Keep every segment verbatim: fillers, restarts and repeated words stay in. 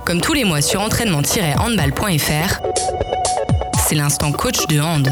Comme tous les mois sur entraînement tiret handball point f r, c'est l'instant coach de hand.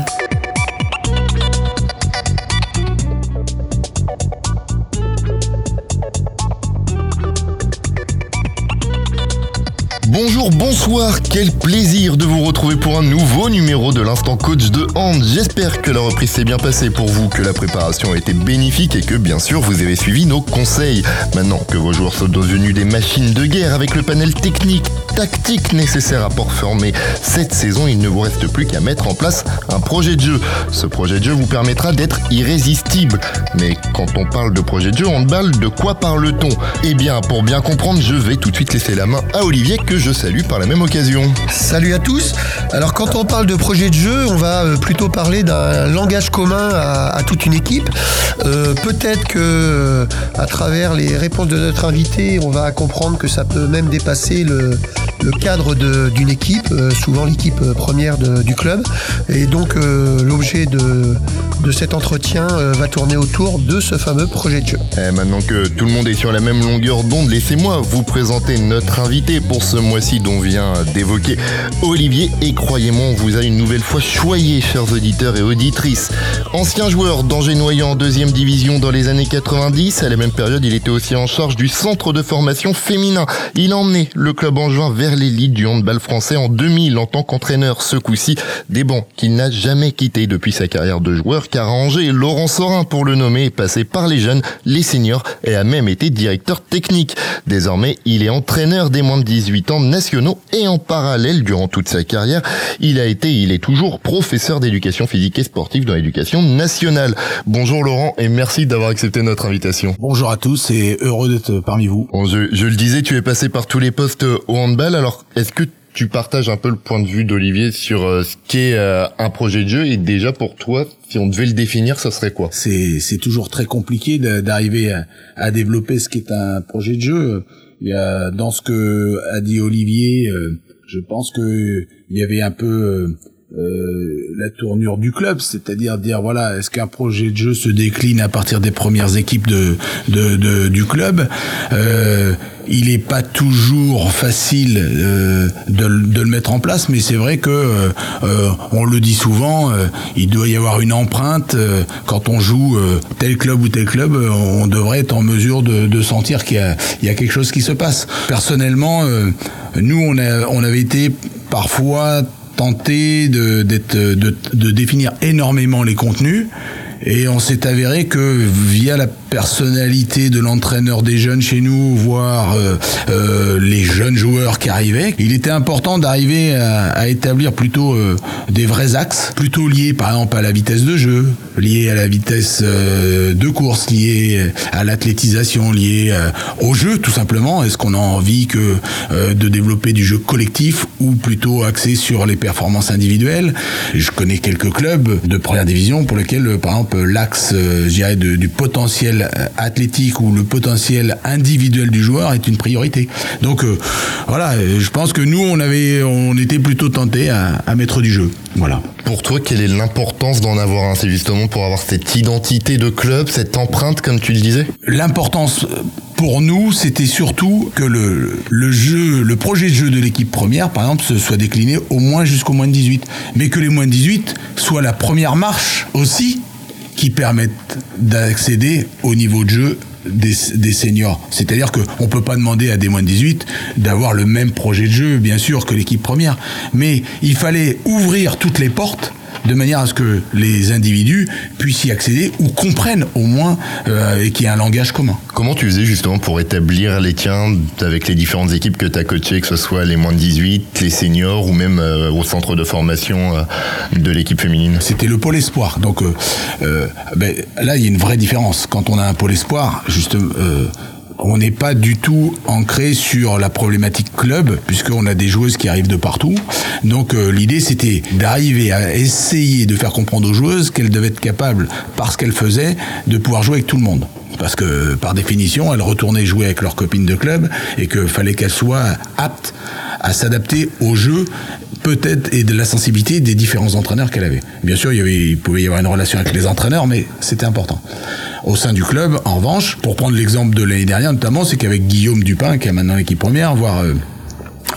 Bonjour, bonsoir, quel plaisir de vous retrouver pour un nouveau numéro de l'Instant Coach de Hand. J'espère que la reprise s'est bien passée pour vous, que la préparation a été bénéfique et que bien sûr vous avez suivi nos conseils. Maintenant que vos joueurs sont devenus des machines de guerre avec le panel technique, tactique nécessaire à performer cette saison, il ne vous reste plus qu'à mettre en place un projet de jeu. Ce projet de jeu vous permettra d'être irrésistible. Mais quand on parle de projet de jeu handball, de quoi parle-t-on ? Eh bien, pour bien comprendre, je vais tout de suite laisser la main à Olivier que je salue par la même occasion. Salut à tous. Alors quand on parle de projet de jeu, on va plutôt parler d'un langage commun à, à toute une équipe. Euh, peut-être que euh, à travers les réponses de notre invité, on va comprendre que ça peut même dépasser le, le cadre de, d'une équipe, euh, souvent l'équipe première de, du club. Et donc euh, l'objet de, de cet entretien euh, va tourner autour de ce fameux projet de jeu. Et maintenant que tout le monde est sur la même longueur d'onde, laissez-moi vous présenter notre invité pour ce mois-ci dont vient d'évoquer Olivier. Et croyez-moi, on vous a une nouvelle fois choyé, chers auditeurs et auditrices. Ancien joueur d'Angers-Noyant en deuxième division dans les années quatre-vingt-dix, à la même période, il était aussi en charge du centre de formation féminin. Il a emmené le club angevin vers l'élite du handball français en deux mille en tant qu'entraîneur. Ce coup-ci, des bancs qu'il n'a jamais quittés depuis sa carrière de joueur, car à Angers, Laurent Sorin, pour le nommer, est passé par les jeunes, les seniors et a même été directeur technique. Désormais, il est entraîneur des moins de dix-huit ans nationaux et en parallèle, durant toute sa carrière, il a été, il est toujours professeur d'éducation physique et sportive dans l'éducation nationale. Bonjour Laurent et merci d'avoir accepté notre invitation. Bonjour à tous et heureux d'être parmi vous. Bon, je, je le disais, tu es passé par tous les postes au handball, alors est-ce que tu partages un peu le point de vue d'Olivier sur euh, ce qu'est euh, un projet de jeu et déjà pour toi, si on devait le définir, ça serait quoi ? C'est, c'est toujours très compliqué de, d'arriver à, à développer ce qu'est un projet de jeu. Il y a, dans ce que a dit Olivier, euh, je pense que il y avait un peu euh, euh, la tournure du club, c'est-à-dire dire voilà, est-ce qu'un projet de jeu se décline à partir des premières équipes de, de, de du club ? euh, Il est pas toujours facile euh, de, de le mettre en place, mais c'est vrai que euh, on le dit souvent, euh, il doit y avoir une empreinte euh, quand on joue euh, tel club ou tel club, euh, on devrait être en mesure de, de sentir qu'il y a, il y a quelque chose qui se passe. Personnellement, euh, nous on a, on avait été parfois tenté de, d'être, de, de définir énormément les contenus. Et on s'est avéré que via la personnalité de l'entraîneur des jeunes chez nous, voire euh, euh, les jeunes joueurs qui arrivaient, il était important d'arriver à, à établir plutôt euh, des vrais axes, plutôt liés par exemple à la vitesse de jeu, liés à la vitesse euh, de course, liés à l'athlétisation, liés euh, au jeu tout simplement. Est-ce qu'on a envie que euh, de développer du jeu collectif ou plutôt axé sur les performances individuelles ? Je connais quelques clubs de première division pour lesquels par exemple l'axe, euh, je dirais, de, du potentiel athlétique ou le potentiel individuel du joueur est une priorité. Donc euh, voilà, je pense que nous on avait, on était plutôt tentés à, à mettre du jeu. Voilà. Pour toi, quelle est l'importance d'en avoir un ? C'est justement pour avoir cette identité de club, cette empreinte, comme tu le disais ? L'importance pour nous, c'était surtout que le, le jeu, le projet de jeu de l'équipe première, par exemple, se soit décliné au moins jusqu'au moins de dix-huit, mais que les moins de dix-huit soient la première marche aussi qui permettent d'accéder au niveau de jeu des, des seniors. C'est-à-dire qu'on peut pas demander à des moins de dix-huit d'avoir le même projet de jeu, bien sûr, que l'équipe première. Mais il fallait ouvrir toutes les portes de manière à ce que les individus puissent y accéder ou comprennent au moins euh, et qu'il y ait un langage commun. Comment tu faisais justement pour établir les tiens avec les différentes équipes que tu as coachées, que ce soit les moins de dix-huit, les seniors ou même euh, au centre de formation euh, de l'équipe féminine ? C'était le pôle espoir. Donc euh, euh, ben, là, il y a une vraie différence. Quand on a un pôle espoir, justement... Euh, on n'est pas du tout ancré sur la problématique club, puisqu'on a des joueuses qui arrivent de partout. Donc euh, l'idée, c'était d'arriver à essayer de faire comprendre aux joueuses qu'elles devaient être capables, par ce qu'elles faisaient, de pouvoir jouer avec tout le monde. Parce que, par définition, elles retournaient jouer avec leurs copines de club et qu'il fallait qu'elles soient aptes à s'adapter au jeu, peut-être, et de la sensibilité des différents entraîneurs qu'elle avait. Bien sûr, il, y avait, il pouvait y avoir une relation avec les entraîneurs, mais c'était important. Au sein du club, en revanche, pour prendre l'exemple de l'année dernière notamment, c'est qu'avec Guillaume Dupin, qui est maintenant l'équipe première, voire... Euh,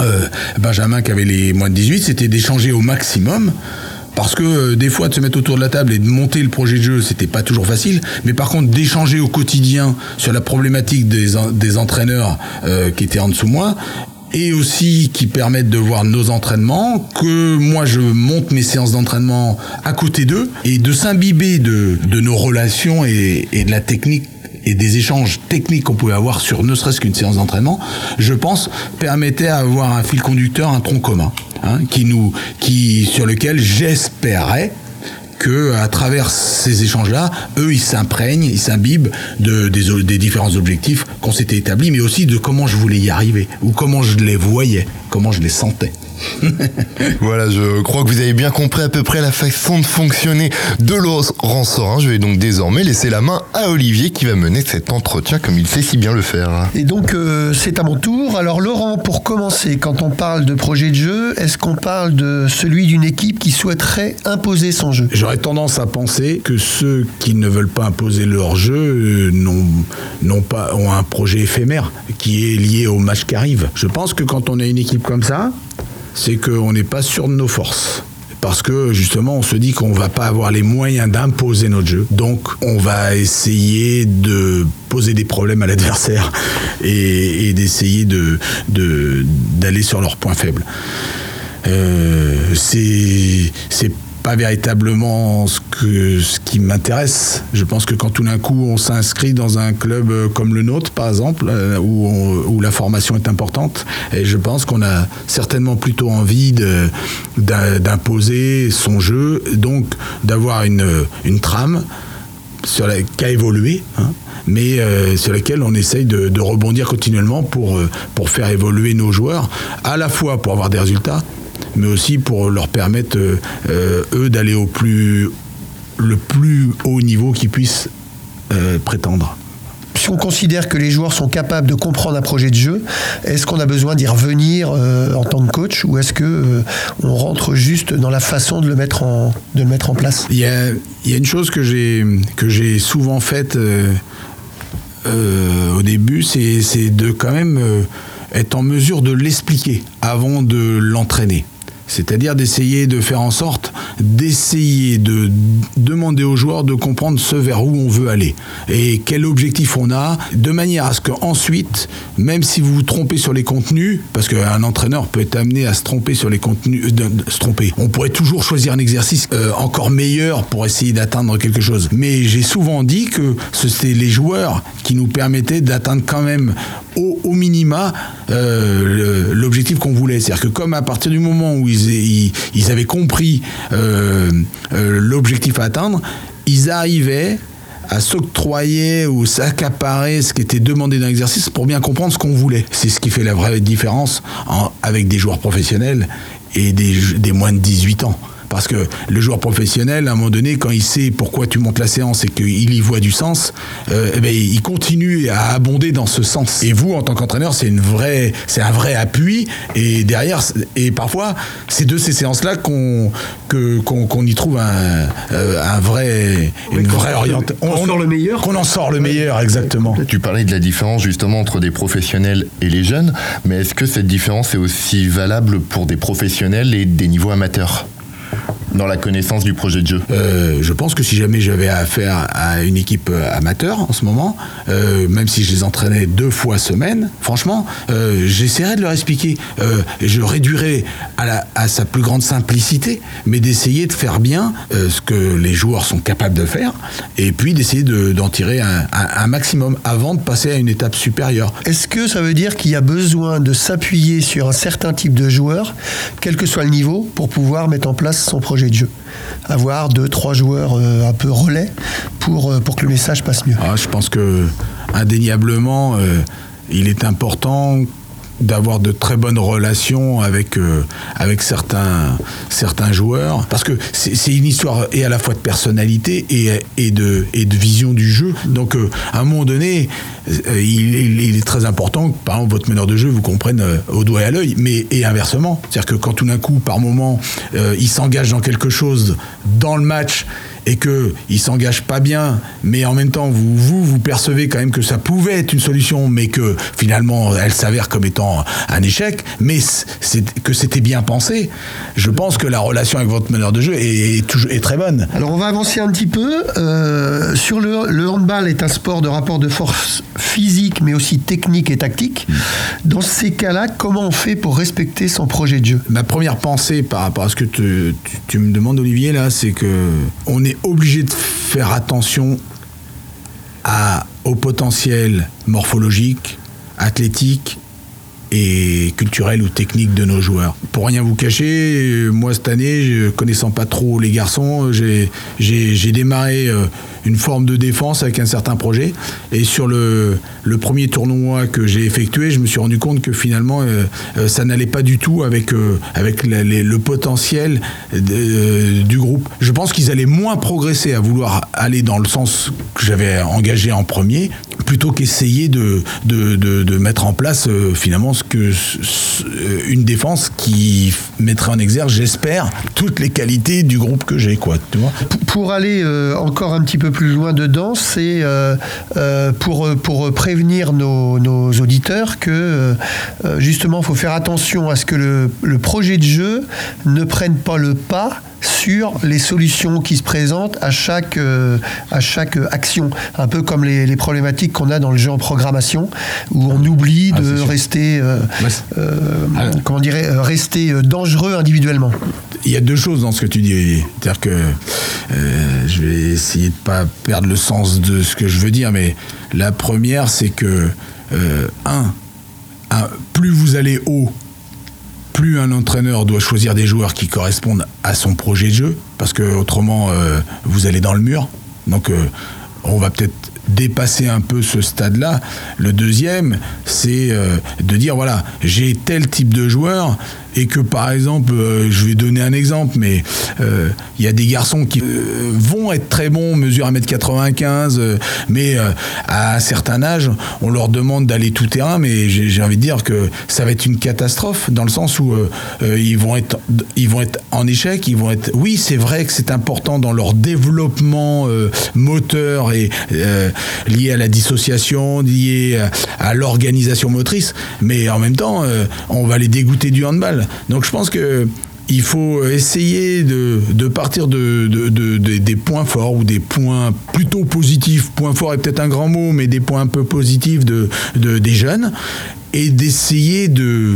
euh, Benjamin qui avait les moins de dix-huit, c'était d'échanger au maximum. Parce que euh, des fois, de se mettre autour de la table et de monter le projet de jeu, c'était pas toujours facile. Mais par contre, d'échanger au quotidien sur la problématique des, en, des entraîneurs euh, qui étaient en dessous de moi, et aussi qui permettent de voir nos entraînements, que moi je monte mes séances d'entraînement à côté d'eux, et de s'imbiber de, de nos relations et, et de la technique et des échanges techniques qu'on pouvait avoir sur ne serait-ce qu'une séance d'entraînement, je pense, permettait d'avoir un fil conducteur, un tronc commun, hein, qui nous, qui, sur lequel j'espérais que, à travers ces échanges-là, eux, ils s'imprègnent, ils s'imbibent de, des, des différents objectifs qu'on s'était établis, mais aussi de comment je voulais y arriver, ou comment je les voyais, comment je les sentais. Voilà, je crois que vous avez bien compris à peu près la façon de fonctionner de Laurent Sorin. Je vais donc désormais laisser la main à Olivier qui va mener cet entretien comme il sait si bien le faire. Et donc euh, c'est à mon tour. Alors Laurent, pour commencer, quand on parle de projet de jeu, est-ce qu'on parle de celui d'une équipe qui souhaiterait imposer son jeu ? J'aurais tendance à penser que ceux qui ne veulent pas imposer leur jeu euh, n'ont, n'ont pas, ont un projet éphémère qui est lié au match qui arrive. Je pense que quand on a une équipe comme ça, c'est qu'on n'est pas sûr de nos forces. Parce que justement, on se dit qu'on ne va pas avoir les moyens d'imposer notre jeu. Donc, on va essayer de poser des problèmes à l'adversaire et, et d'essayer de, de, d'aller sur leurs points faibles. Euh, c'est, c'est pas véritablement ce, que, ce qui m'intéresse. Je pense que quand tout d'un coup on s'inscrit dans un club comme le nôtre, par exemple, où, on, où la formation est importante, et je pense qu'on a certainement plutôt envie de, d'imposer son jeu, donc d'avoir une, une trame sur la, qui a évolué, hein, mais euh, sur laquelle on essaye de, de rebondir continuellement pour, pour faire évoluer nos joueurs, à la fois pour avoir des résultats, mais aussi pour leur permettre, euh, eux, d'aller au plus, le plus haut niveau qu'ils puissent euh, prétendre. Si on considère que les joueurs sont capables de comprendre un projet de jeu, est-ce qu'on a besoin d'y revenir euh, en tant que coach, ou est-ce que euh, on rentre juste dans la façon de le mettre en, de le mettre en place ? Il y a, il y a une chose que j'ai, que j'ai souvent faite euh, euh, au début, c'est, c'est de quand même euh, être en mesure de l'expliquer avant de l'entraîner. C'est-à-dire d'essayer de faire en sorte, d'essayer de demander aux joueurs de comprendre ce vers où on veut aller et quel objectif on a, de manière à ce qu'ensuite, même si vous vous trompez sur les contenus, parce qu'un entraîneur peut être amené à se tromper sur les contenus, de, de, se tromper. On pourrait toujours choisir un exercice euh, encore meilleur pour essayer d'atteindre quelque chose. Mais j'ai souvent dit que c'était les joueurs qui nous permettaient d'atteindre quand même au, au minima euh, l'objectif qu'on voulait. C'est-à-dire que comme à partir du moment où ils Ils, ils avaient compris euh, euh, l'objectif à atteindre, ils arrivaient à s'octroyer ou s'accaparer ce qui était demandé d'un exercice pour bien comprendre ce qu'on voulait. C'est ce qui fait la vraie différence en, avec des joueurs professionnels et des, des moins de dix-huit ans. Parce que le joueur professionnel, à un moment donné, quand il sait pourquoi tu montes la séance et qu'il y voit du sens, euh, eh ben, il continue à abonder dans ce sens. Et vous, en tant qu'entraîneur, c'est, une vraie, c'est un vrai appui. Et derrière, et parfois, c'est de ces séances-là qu'on, que, qu'on, qu'on y trouve un, un vrai, oui, une vraie orientation. On, on sort le meilleur. Qu'on en sort le meilleur, exactement. Tu parlais de la différence justement entre des professionnels et les jeunes, mais est-ce que cette différence est aussi valable pour des professionnels et des niveaux amateurs ? Dans la connaissance du projet de jeu euh, Je pense que si jamais j'avais affaire à une équipe amateur en ce moment, euh, même si je les entraînais deux fois semaine, franchement, euh, j'essaierais de leur expliquer. Euh, je réduirais à, la, à sa plus grande simplicité, mais d'essayer de faire bien euh, ce que les joueurs sont capables de faire, et puis d'essayer de, d'en tirer un, un, un maximum avant de passer à une étape supérieure. Est-ce que ça veut dire qu'il y a besoin de s'appuyer sur un certain type de joueur, quel que soit le niveau, pour pouvoir mettre en place son projet de jeu, avoir deux, trois joueurs euh, un peu relais pour, euh, pour que le message passe mieux? Ah, je pense que indéniablement, euh, il est important d'avoir de très bonnes relations avec euh, avec certains certains joueurs, parce que c'est, c'est une histoire et à la fois de personnalité et et de et de vision du jeu. Donc euh, à un moment donné, euh, il, il, il est très important que par exemple votre meneur de jeu vous comprenne euh, au doigt et à l'œil, mais et inversement, c'est-à-dire que quand tout d'un coup par moment euh, il s'engage dans quelque chose dans le match et que il s'engage pas bien, mais en même temps vous, vous vous percevez quand même que ça pouvait être une solution, mais que finalement elle s'avère comme étant un échec, mais c'est, que c'était bien pensé, je pense que la relation avec votre meneur de jeu est, est, toujours, est très bonne. Alors on va avancer un petit peu. Euh, sur le, le handball est un sport de rapport de force physique, mais aussi technique et tactique. Mmh. Dans ces cas-là, comment on fait pour respecter son projet de jeu ? Ma première pensée par rapport à ce que tu, tu, tu me demandes, Olivier, là, c'est que on est obligé de faire attention à, au potentiel morphologique, athlétique et culturel ou technique de nos joueurs. Pour rien vous cacher, moi cette année, je, connaissant pas trop les garçons, j'ai, j'ai, j'ai démarré euh, une forme de défense avec un certain projet, et sur le, le premier tournoi que j'ai effectué, je me suis rendu compte que finalement euh, euh, ça n'allait pas du tout avec, euh, avec la, les, le potentiel de, euh, du groupe. Je pense qu'ils allaient moins progresser à vouloir aller dans le sens que j'avais engagé en premier, plutôt qu'essayer de, de, de, de mettre en place euh, finalement ce que, ce, une défense qui mettrait en exergue, j'espère, toutes les qualités du groupe que j'ai, quoi, tu vois. Pour aller euh, encore un petit peu plus loin dedans, c'est euh, euh, pour, pour prévenir nos, nos auditeurs que euh, justement il faut faire attention à ce que le, le projet de jeu ne prenne pas le pas sur les solutions qui se présentent à chaque, euh, à chaque action. Un peu comme les, les problématiques qu'on a dans le jeu en programmation, où on oublie ah, de rester, euh, euh, ah. comment dirais, rester dangereux individuellement. Il y a deux choses dans ce que tu dis. C'est-à-dire que euh, je vais essayer de ne pas perdre le sens de ce que je veux dire, mais la première, c'est que, euh, un, un, plus vous allez haut, plus un entraîneur doit choisir des joueurs qui correspondent à son projet de jeu, parce que autrement euh, vous allez dans le mur. Donc euh, on va peut-être dépasser un peu ce stade-là. Le deuxième, c'est euh, de dire voilà, j'ai tel type de joueur, et que par exemple, euh, je vais donner un exemple, mais il euh, y a des garçons qui euh, vont être très bons, mesurent un mètre quatre-vingt-quinze, euh, mais euh, à un certain âge, on leur demande d'aller tout terrain, mais j'ai, j'ai envie de dire que ça va être une catastrophe, dans le sens où euh, euh, ils vont être, ils vont être en échec, ils vont être. Oui, c'est vrai que c'est important dans leur développement euh, moteur et euh, lié à la dissociation, lié à, à l'organisation motrice, mais en même temps, euh, on va les dégoûter du handball. Donc je pense que il faut essayer de, de partir de, de, de, de, des points forts ou des points plutôt positifs. Point fort est peut-être un grand mot, mais des points un peu positifs de, de, des jeunes, et d'essayer de,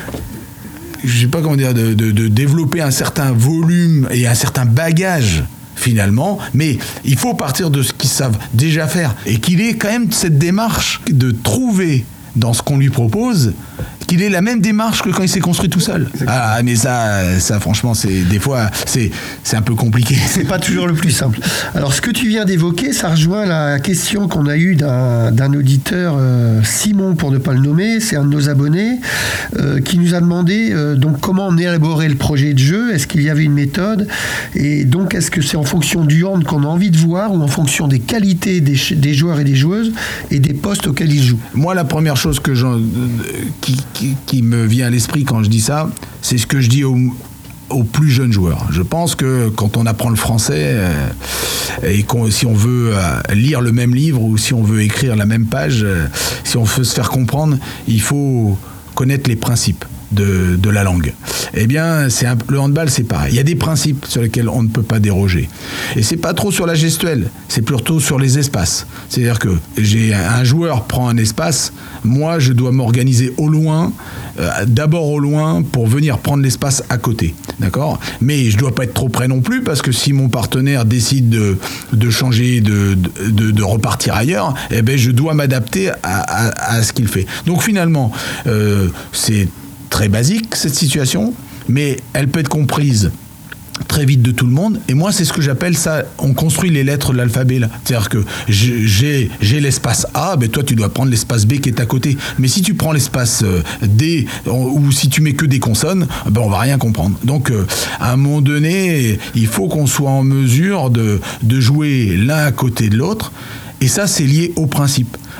je sais pas comment dire, de, de, de développer un certain volume et un certain bagage finalement, mais il faut partir de ce qu'ils savent déjà faire, et qu'il ait quand même cette démarche de trouver dans ce qu'on lui propose qu'il ait la même démarche que quand il s'est construit tout seul. Ah, mais ça, ça franchement, c'est des fois, c'est, c'est un peu compliqué. C'est pas toujours le plus simple. Alors, ce que tu viens d'évoquer, ça rejoint la question qu'on a eue d'un, d'un auditeur, euh, Simon, pour ne pas le nommer, c'est un de nos abonnés, euh, qui nous a demandé euh, donc comment on élaborait le projet de jeu, est-ce qu'il y avait une méthode, et donc est-ce que c'est en fonction du hand qu'on a envie de voir, ou en fonction des qualités des, des joueurs et des joueuses et des postes auxquels ils jouent. Moi, la première chose que j'en, qui Qui, qui me vient à l'esprit quand je dis ça, c'est ce que je dis aux, aux plus jeunes joueurs. Je pense que quand on apprend le français, euh, et qu'on, si on veut euh, lire le même livre, ou si on veut écrire la même page, euh, si on veut se faire comprendre, il faut connaître les principes de, de la langue. Eh bien, c'est un, le handball, c'est pareil. Il y a des principes sur lesquels on ne peut pas déroger. Et c'est pas trop sur la gestuelle, c'est plutôt sur les espaces. C'est-à-dire que j'ai un joueur prend un espace, moi, je dois m'organiser au loin, euh, d'abord au loin, pour venir prendre l'espace à côté. D'accord ? Mais je dois pas être trop près non plus, parce que si mon partenaire décide de, de changer, de, de, de repartir ailleurs, eh ben, je dois m'adapter à, à, à ce qu'il fait. Donc finalement, euh, c'est très basique cette situation, mais elle peut être comprise très vite de tout le monde. Et moi, c'est ce que j'appelle ça, on construit les lettres de l'alphabet là. C'est-à-dire que j'ai, j'ai l'espace A, ben toi tu dois prendre l'espace B qui est à côté. Mais si tu prends l'espace D, ou si tu mets que des consonnes, ben on va rien comprendre. Donc à un moment donné, il faut qu'on soit en mesure de, de jouer l'un à côté de l'autre. Et ça, c'est lié au principe.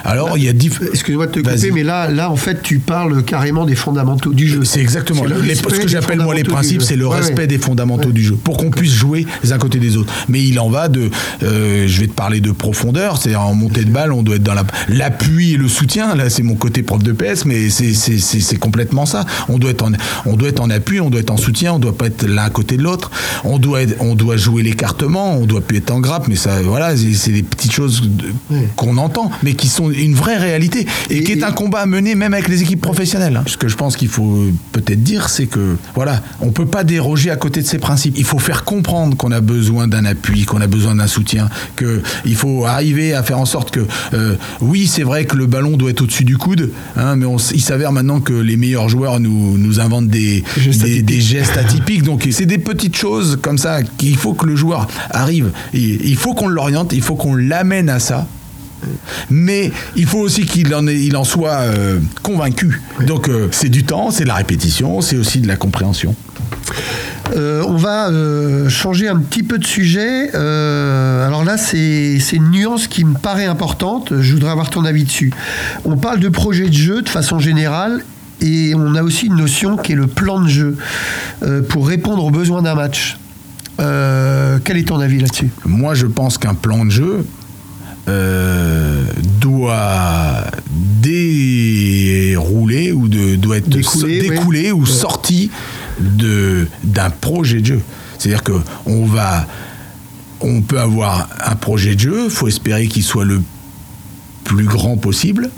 Alors, là, il y a diff... Excuse-moi de te Vas-y. couper, mais là, là, en fait, tu parles carrément des fondamentaux du jeu. C'est exactement. C'est Les, ce que j'appelle moi les principes, c'est le ouais, respect ouais. des fondamentaux ouais. du jeu, pour qu'on puisse jouer les uns côté des autres. Mais il en va de, euh, je vais te parler de profondeur, c'est-à-dire en montée de balle, on doit être dans la, l'appui et le soutien. Là, c'est mon côté prof de P S, mais c'est, c'est, c'est, c'est complètement ça. On doit être en, on doit être en appui, on doit être en soutien, on doit pas être l'un à côté de l'autre. On doit, être, on doit jouer l'écartement, on doit plus être en grappe, mais ça, voilà, c'est, c'est des petites choses de, ouais. qu'on entend, mais qui sont une vraie réalité et, et qui est et... un combat à mener même avec les équipes professionnelles. Ce que je pense qu'il faut peut-être dire, c'est que voilà, on peut pas déroger à côté de ces principes. Il faut faire comprendre qu'on a besoin d'un appui, qu'on a besoin d'un soutien, que il faut arriver à faire en sorte que euh, oui, c'est vrai que le ballon doit être au-dessus du coude, hein, mais on, il s'avère maintenant que les meilleurs joueurs nous, nous inventent des, des, des gestes atypiques. Donc c'est des petites choses comme ça qu'il faut que le joueur arrive. Et, il faut qu'on l'oriente, il faut qu'on l'amène à ça. Mais il faut aussi qu'il en, ait, il en soit euh, convaincu. Oui. Donc euh, c'est du temps, c'est de la répétition, c'est aussi de la compréhension. Euh, on va euh, changer un petit peu de sujet. Euh, alors là, c'est, c'est une nuance qui me paraît importante. Je voudrais avoir ton avis dessus. On parle de projet de jeu de façon générale. Et on a aussi une notion qui est le plan de jeu euh, pour répondre aux besoins d'un match. Euh, quel est ton avis là-dessus ? Moi, je pense qu'un plan de jeu euh, doit dérouler ou de, doit être découlé, so, découlé ouais. ou ouais. sorti de, d'un projet de jeu. C'est-à-dire qu'on va, on peut avoir un projet de jeu, il faut espérer qu'il soit le plus grand possible.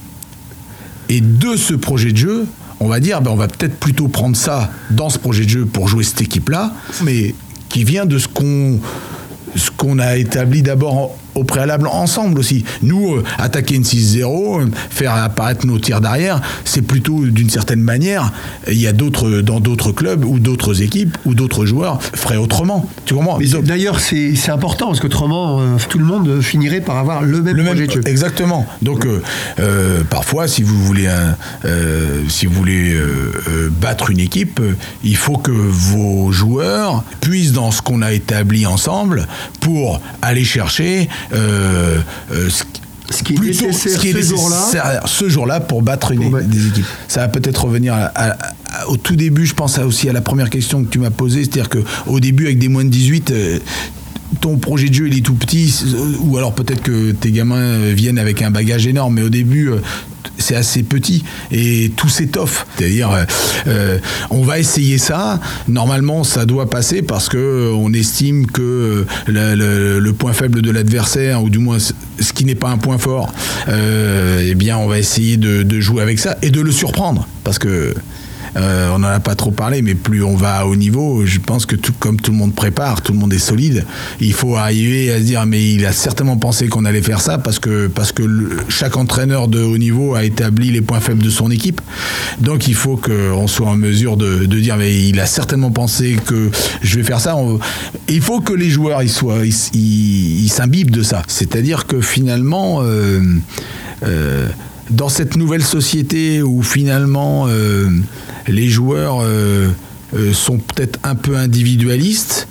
Et de ce projet de jeu, on va dire, ben on va peut-être plutôt prendre ça dans ce projet de jeu pour jouer cette équipe-là, mais qui vient de ce qu'on, ce qu'on a établi d'abord en, au préalable ensemble aussi. Nous, euh, attaquer une six zéro, euh, faire apparaître nos tirs d'arrière, c'est plutôt d'une certaine manière. Il y a d'autres, dans d'autres clubs ou d'autres équipes ou d'autres joueurs feraient autrement. Tu comprends ? Mais donc, d'ailleurs, c'est, c'est important parce qu'autrement, euh, tout le monde finirait par avoir le même le projet même, de jeu. Exactement. Donc, euh, euh, parfois, si vous voulez, un, euh, si vous voulez euh, euh, battre une équipe, euh, il faut que vos joueurs puissent dans ce qu'on a établi ensemble pour aller chercher Euh, euh, ce, ce qui est plutôt, nécessaire, ce, qui est ce, nécessaire jour-là. ce jour-là pour battre une, pour des équipes. Ça va peut-être revenir à, à, à, au tout début, je pense à aussi à la première question que tu m'as posée, c'est-à-dire qu'au début, avec des moins de dix-huit, euh, ton projet de jeu, il est tout petit, ou alors peut-être que tes gamins viennent avec un bagage énorme, mais au début, c'est assez petit et tout s'étoffe. C'est-à-dire, euh, on va essayer ça. Normalement, ça doit passer parce que on estime que le, le, le point faible de l'adversaire, ou du moins ce qui n'est pas un point fort, euh, eh bien, on va essayer de, de jouer avec ça et de le surprendre, parce que Euh, on n'en a pas trop parlé, mais plus on va à haut niveau, je pense que tout, comme tout le monde prépare, tout le monde est solide, il faut arriver à se dire, mais il a certainement pensé qu'on allait faire ça parce que, parce que le, chaque entraîneur de haut niveau a établi les points faibles de son équipe. Donc il faut qu'on soit en mesure de, de dire, mais il a certainement pensé que je vais faire ça. On, il faut que les joueurs ils soient, ils, ils, ils s'imbibent de ça. C'est-à-dire que finalement... Euh, euh, dans cette nouvelle société où finalement euh, les joueurs euh, euh, sont peut-être un peu individualistes,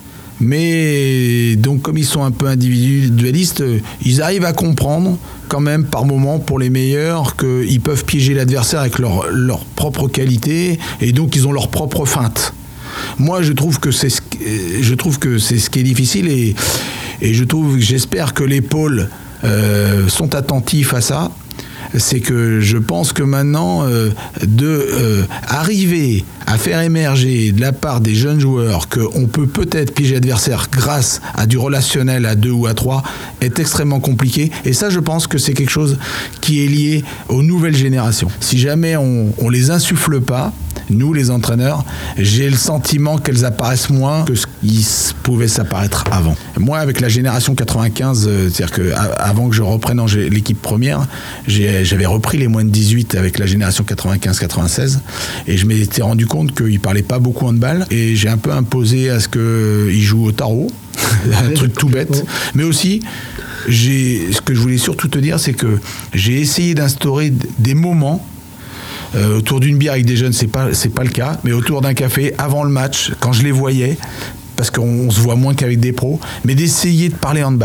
mais donc comme ils sont un peu individualistes, euh, ils arrivent à comprendre quand même par moments pour les meilleurs qu'ils peuvent piéger l'adversaire avec leur, leur propre qualité et donc ils ont leur propre feinte. Moi, je trouve que c'est ce, je trouve que c'est ce qui est difficile et, et je trouve, j'espère que les pôles euh, sont attentifs à ça. C'est que je pense que maintenant, euh, de euh, arriver à faire émerger de la part des jeunes joueurs qu'on peut peut-être piéger l'adversaire grâce à du relationnel à deux ou à trois est extrêmement compliqué. Et ça, je pense que c'est quelque chose qui est lié aux nouvelles générations. Si jamais on, on les insuffle pas, nous, les entraîneurs, j'ai le sentiment qu'elles apparaissent moins que ce qui pouvait s'apparaître avant. Moi, avec la génération quatre-vingt-quinze, euh, c'est-à-dire qu'avant que je reprenne l'équipe première, j'ai, j'avais repris les moins de dix-huit avec la génération quatre-vingt-quinze quatre-vingt-seize et je m'étais rendu compte qu'ils ne parlaient pas beaucoup handball et j'ai un peu imposé à ce qu'ils jouent au tarot, un truc tout bête, mais aussi... J'ai, ce que je voulais surtout te dire, c'est que j'ai essayé d'instaurer des moments Euh, autour d'une bière avec des jeunes, c'est pas, c'est pas le cas, mais autour d'un café, avant le match, quand je les voyais, parce qu'on se voit moins qu'avec des pros, mais d'essayer de parler handball,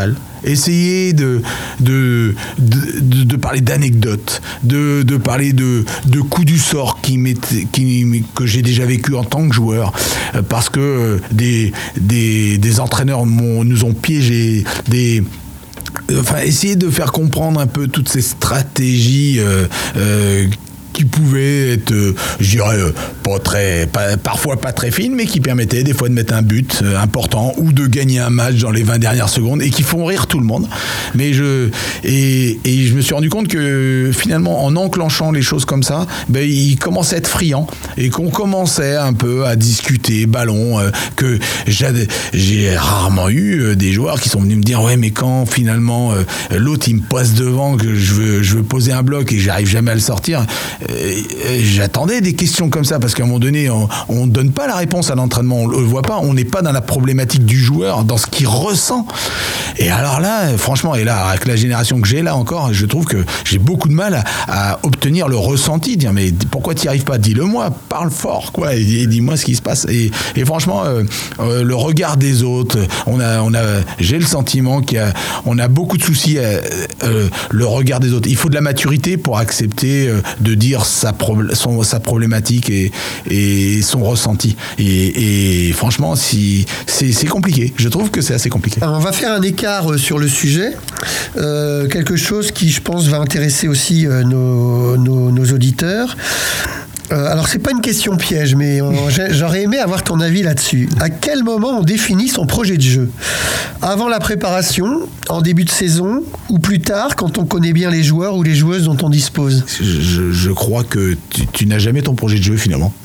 essayer de de, de, de parler d'anecdotes, de, de parler de, de coups du sort qui qui, que j'ai déjà vécu en tant que joueur, parce que des, des, des entraîneurs m'ont, nous ont piégés, des... Enfin, essayer de faire comprendre un peu toutes ces stratégies euh, euh, qui pouvaient être, euh, je dirais, euh, pas très, pas, parfois pas très fines, mais qui permettaient des fois de mettre un but euh, important ou de gagner un match dans les vingt dernières secondes et qui font rire tout le monde. Mais je, et, et je me suis rendu compte que finalement, en enclenchant les choses comme ça, ben, ils commençaient à être friands et qu'on commençait un peu à discuter ballon, euh, que j'ai, j'ai rarement eu euh, des joueurs qui sont venus me dire ouais, mais quand finalement euh, l'autre il me passe devant, que je veux, je veux poser un bloc et que j'arrive jamais à le sortir. J'attendais des questions comme ça parce qu'à un moment donné on ne donne pas la réponse à l'entraînement, on le voit pas, on n'est pas dans la problématique du joueur, dans ce qu'il ressent. Et alors là franchement, et là avec la génération que j'ai là encore, je trouve que j'ai beaucoup de mal à, à obtenir le ressenti, dire mais pourquoi tu n'y arrives pas, dis-le moi, parle fort quoi, et, et dis-moi ce qui se passe. Et, et franchement euh, euh, le regard des autres, on a, on a, j'ai le sentiment qu'il y a, on a beaucoup de soucis à, euh, le regard des autres. Il faut de la maturité pour accepter euh, de dire Sa, pro- son, sa problématique et, et son ressenti. Et, et franchement, si, c'est, c'est compliqué. Je trouve que c'est assez compliqué. Alors, on va faire un écart sur le sujet. Euh, quelque chose qui, je pense, va intéresser aussi euh, nos, nos, nos auditeurs. Euh, alors, c'est pas une question piège, mais on, j'aurais aimé avoir ton avis là-dessus. À quel moment on définit son projet de jeu ? Avant la préparation, en début de saison, ou plus tard, quand on connaît bien les joueurs ou les joueuses dont on dispose ? Je, je crois que tu, tu n'as jamais ton projet de jeu, finalement.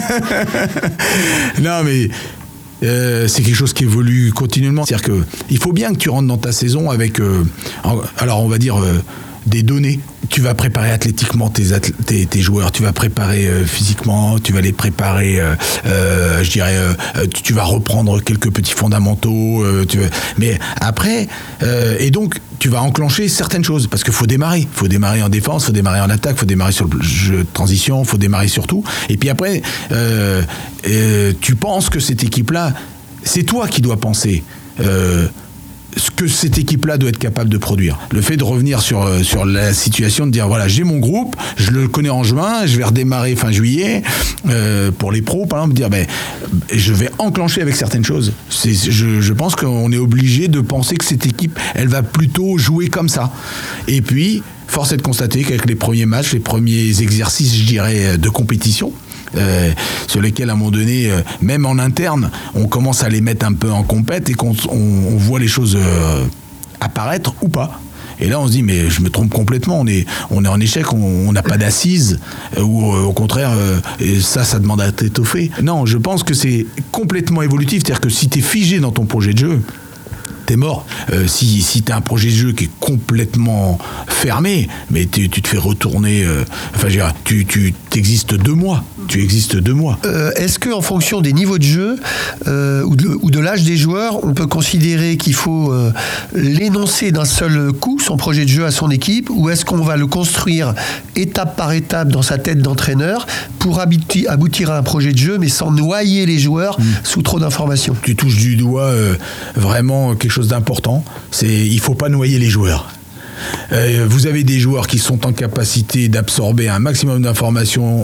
Non, mais... Euh, c'est quelque chose qui évolue continuellement. C'est-à-dire que il faut bien que tu rentres dans ta saison avec, euh, alors on va dire euh, des données. Tu vas préparer athlétiquement tes, athl- tes, tes joueurs, tu vas préparer euh, physiquement, tu vas les préparer, euh, euh, je dirais, euh, tu, tu vas reprendre quelques petits fondamentaux, euh, tu vas... mais après, euh, et donc tu vas enclencher certaines choses, parce qu'il faut démarrer, il faut démarrer en défense, il faut démarrer en attaque, il faut démarrer sur le jeu de transition, il faut démarrer sur tout, et puis après, euh, euh, tu penses que cette équipe-là, c'est toi qui dois penser, euh, ce que cette équipe-là doit être capable de produire. Le fait de revenir sur, sur la situation, de dire voilà, j'ai mon groupe, je le connais en juin, je vais redémarrer fin juillet, euh, pour les pros, par exemple, dire ben, je vais enclencher avec certaines choses. C'est, je, je pense qu'on est obligé de penser que cette équipe, elle va plutôt jouer comme ça. Et puis, force est de constater qu'avec les premiers matchs, les premiers exercices, je dirais, de compétition, Euh, sur lesquels à un moment donné, euh, même en interne, on commence à les mettre un peu en compète et qu'on on, on voit les choses euh, apparaître ou pas. Et là, on se dit, mais je me trompe complètement, on est, on est en échec, on n'a pas d'assises, euh, ou euh, au contraire, euh, et ça, ça demande à être étoffé. Non, je pense que c'est complètement évolutif, c'est-à-dire que si tu es figé dans ton projet de jeu, t'es mort. Euh, si si t'as un projet de jeu qui est complètement fermé, mais tu te fais retourner. Euh, enfin, je veux dire, tu tu t'existes deux mois. Tu existes deux mois. Euh, est-ce que en fonction des niveaux de jeu euh, ou, de, ou de l'âge des joueurs, on peut considérer qu'il faut euh, l'énoncer d'un seul coup, son projet de jeu à son équipe, ou est-ce qu'on va le construire étape par étape dans sa tête d'entraîneur pour aboutir, aboutir à un projet de jeu, mais sans noyer les joueurs mmh. sous trop d'informations ? Tu touches du doigt euh, vraiment quelque chose d'important. C'est il faut pas noyer les joueurs. Euh, vous avez des joueurs qui sont en capacité d'absorber un maximum d'informations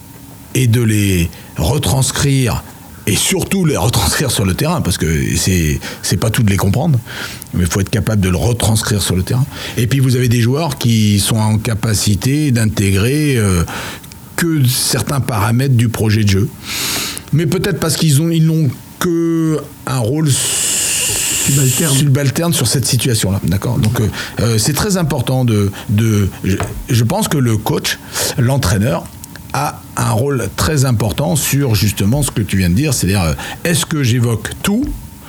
et de les retranscrire, et surtout les retranscrire sur le terrain, parce que c'est, c'est pas tout de les comprendre, mais il faut être capable de le retranscrire sur le terrain. Et puis vous avez des joueurs qui sont en capacité d'intégrer euh, que certains paramètres du projet de jeu, mais peut-être parce qu'ils ont, ils n'ont que un rôle subalterne. subalterne sur cette situation-là, d'accord. Donc euh, c'est très important de, de je, je pense que le coach, l'entraîneur, a un rôle très important sur justement ce que tu viens de dire, c'est-à-dire euh, est-ce que j'évoque tout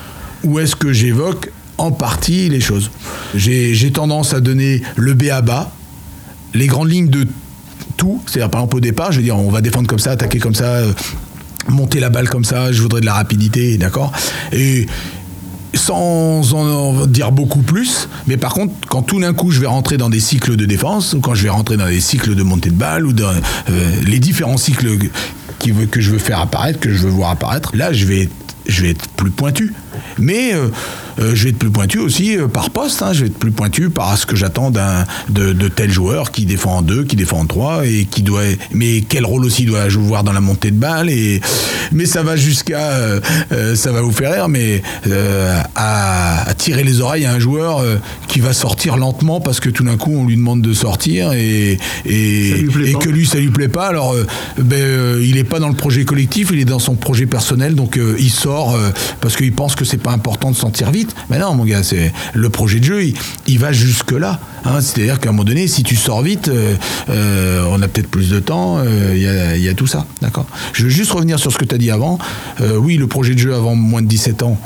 ou est-ce que j'évoque en partie les choses. J'ai, j'ai tendance à donner le b a ba, les grandes lignes de tout, c'est-à-dire par exemple au départ, je vais dire on va défendre comme ça, attaquer comme ça, euh, monter la balle comme ça, je voudrais de la rapidité, d'accord, et sans en dire beaucoup plus, mais par contre, quand tout d'un coup je vais rentrer dans des cycles de défense, ou quand je vais rentrer dans des cycles de montée de balle, ou dans euh, les différents cycles qui, que je veux faire apparaître, que je veux voir apparaître, là je vais, je vais être plus pointu. Mais euh, euh, je vais être plus pointu aussi euh, par poste. Hein, je vais être plus pointu par ce que j'attends d'un de, de tel joueur qui défend en deux, qui défend en trois et qui doit. Mais quel rôle aussi doit jouer dans la montée de balle. Et mais ça va jusqu'à, euh, euh, ça va vous faire rire, mais euh, à, à tirer les oreilles à un joueur euh, qui va sortir lentement parce que tout d'un coup on lui demande de sortir et et, et que lui ça lui plaît pas. Alors euh, ben euh, il est pas dans le projet collectif, il est dans son projet personnel, donc euh, il sort euh, parce qu'il pense que c'est pas important de sortir vite. Mais non, mon gars, c'est le projet de jeu, il, il va jusque là. Hein, c'est-à-dire qu'à un moment donné, si tu sors vite, euh, euh, on a peut-être plus de temps. Il euh, y, y a tout ça, d'accord. Je veux juste revenir sur ce que tu as dit avant. Euh, oui, le projet de jeu avant moins de dix-sept ans.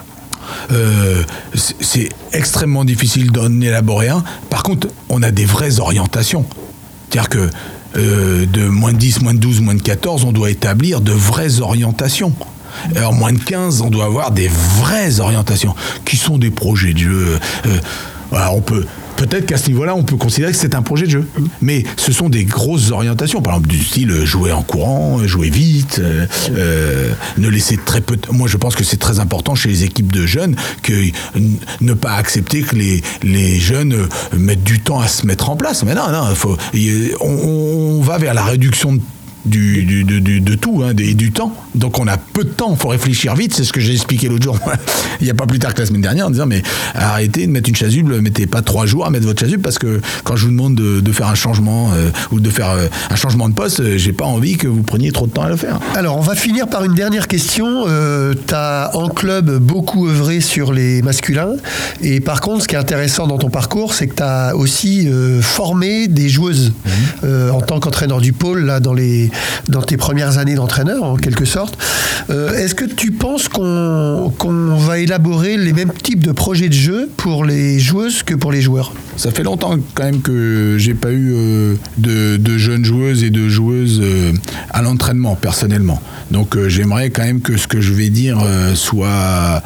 Euh, c'est, c'est extrêmement difficile d'en élaborer un. Par contre, on a des vraies orientations. C'est-à-dire que euh, de moins de dix, moins de douze, moins de quatorze, on doit établir de vraies orientations. Alors, moins de quinze, on doit avoir des vraies orientations qui sont des projets de jeu. Euh, voilà, on peut. Peut-être qu'à ce niveau-là, on peut considérer que c'est un projet de jeu. Mais ce sont des grosses orientations. Par exemple, du style jouer en courant, jouer vite, euh, euh, ne laisser très peu... De... Moi, je pense que c'est très important chez les équipes de jeunes que ne pas accepter que les, les jeunes mettent du temps à se mettre en place. Mais non, non, faut, on, on va vers la réduction de Du, du, du, du, de tout, hein, et du temps. Donc on a peu de temps, il faut réfléchir vite, c'est ce que j'ai expliqué l'autre jour, il n'y a pas plus tard que la semaine dernière, en disant mais arrêtez de mettre une chasuble, mettez pas trois jours à mettre votre chasuble, parce que quand je vous demande de, de faire un changement euh, ou de faire euh, un changement de poste, euh, j'ai pas envie que vous preniez trop de temps à le faire. Alors on va finir par une dernière question. Euh, tu as en club beaucoup œuvré sur les masculins, et par contre ce qui est intéressant dans ton parcours, c'est que tu as aussi euh, formé des joueuses mmh. euh, en tant qu'entraîneur du pôle là, dans les dans tes premières années d'entraîneur, en quelque sorte. Euh, est-ce que tu penses qu'on, qu'on va élaborer les mêmes types de projets de jeu pour les joueuses que pour les joueurs ? Ça fait longtemps quand même que j'ai pas eu euh, de, de jeunes joueuses et de joueuses euh, à l'entraînement, personnellement. Donc euh, j'aimerais quand même que ce que je vais dire euh, soit...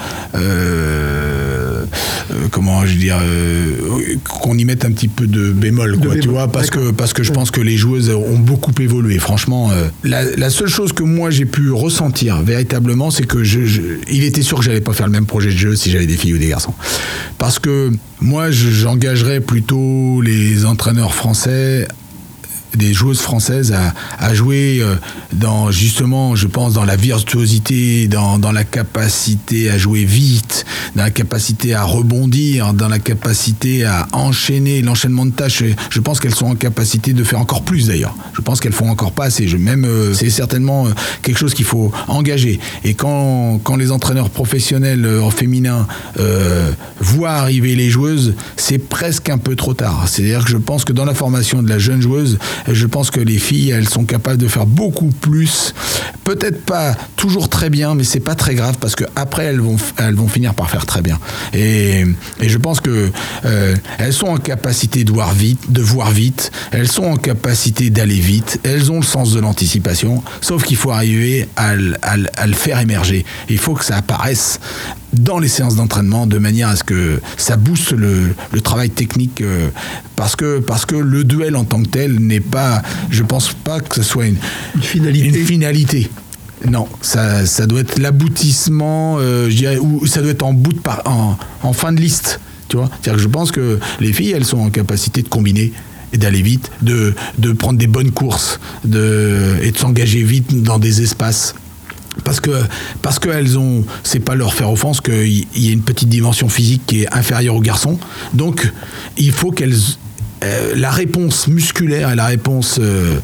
Euh, euh, comment je veux dire euh, qu'on y mette un petit peu de bémol, quoi, de bémol. Tu vois, parce que, parce que je pense que les joueuses ont beaucoup évolué. Franchement, euh, la, la seule chose que moi j'ai pu ressentir véritablement, c'est que je, je, il était sûr que j'allais pas faire le même projet de jeu si j'avais des filles ou des garçons. Parce que moi, je, j'engagerais plutôt les entraîneurs français, des joueuses françaises à, à jouer dans, justement, je pense, dans la virtuosité, dans, dans la capacité à jouer vite, dans la capacité à rebondir, dans la capacité à enchaîner, l'enchaînement de tâches. Je pense qu'elles sont en capacité de faire encore plus, d'ailleurs. Je pense qu'elles font encore pas assez. Je, même, euh, c'est certainement quelque chose qu'il faut engager. Et quand, quand les entraîneurs professionnels en féminin euh, voient arriver les joueuses, c'est presque un peu trop tard. C'est-à-dire que je pense que dans la formation de la jeune joueuse, je pense que les filles, elles sont capables de faire beaucoup plus. Peut-être pas toujours très bien, mais c'est pas très grave parce que après elles vont, elles vont finir par faire très bien. Et, et je pense que euh, elles sont en capacité de voir vite, de voir vite. Elles sont en capacité d'aller vite. Elles ont le sens de l'anticipation. Sauf qu'il faut arriver à, à, à le faire émerger. Il faut que ça apparaisse dans les séances d'entraînement de manière à ce que ça booste le, le travail technique euh, parce que, parce que le duel en tant que tel n'est pas, je pense pas que ce soit une, une finalité. Une finalité. Non, ça, ça doit être l'aboutissement, euh, je dirais, ou ça doit être en bout de par, en, en fin de liste, tu vois. C'est-à-dire que je pense que les filles, elles sont en capacité de combiner et d'aller vite, de, de prendre des bonnes courses, de, et de s'engager vite dans des espaces. Parce que parce qu'elles ont, c'est pas leur faire offense qu'il y ait une petite dimension physique qui est inférieure aux garçons. Donc il faut qu'elles euh, la réponse musculaire et la réponse euh,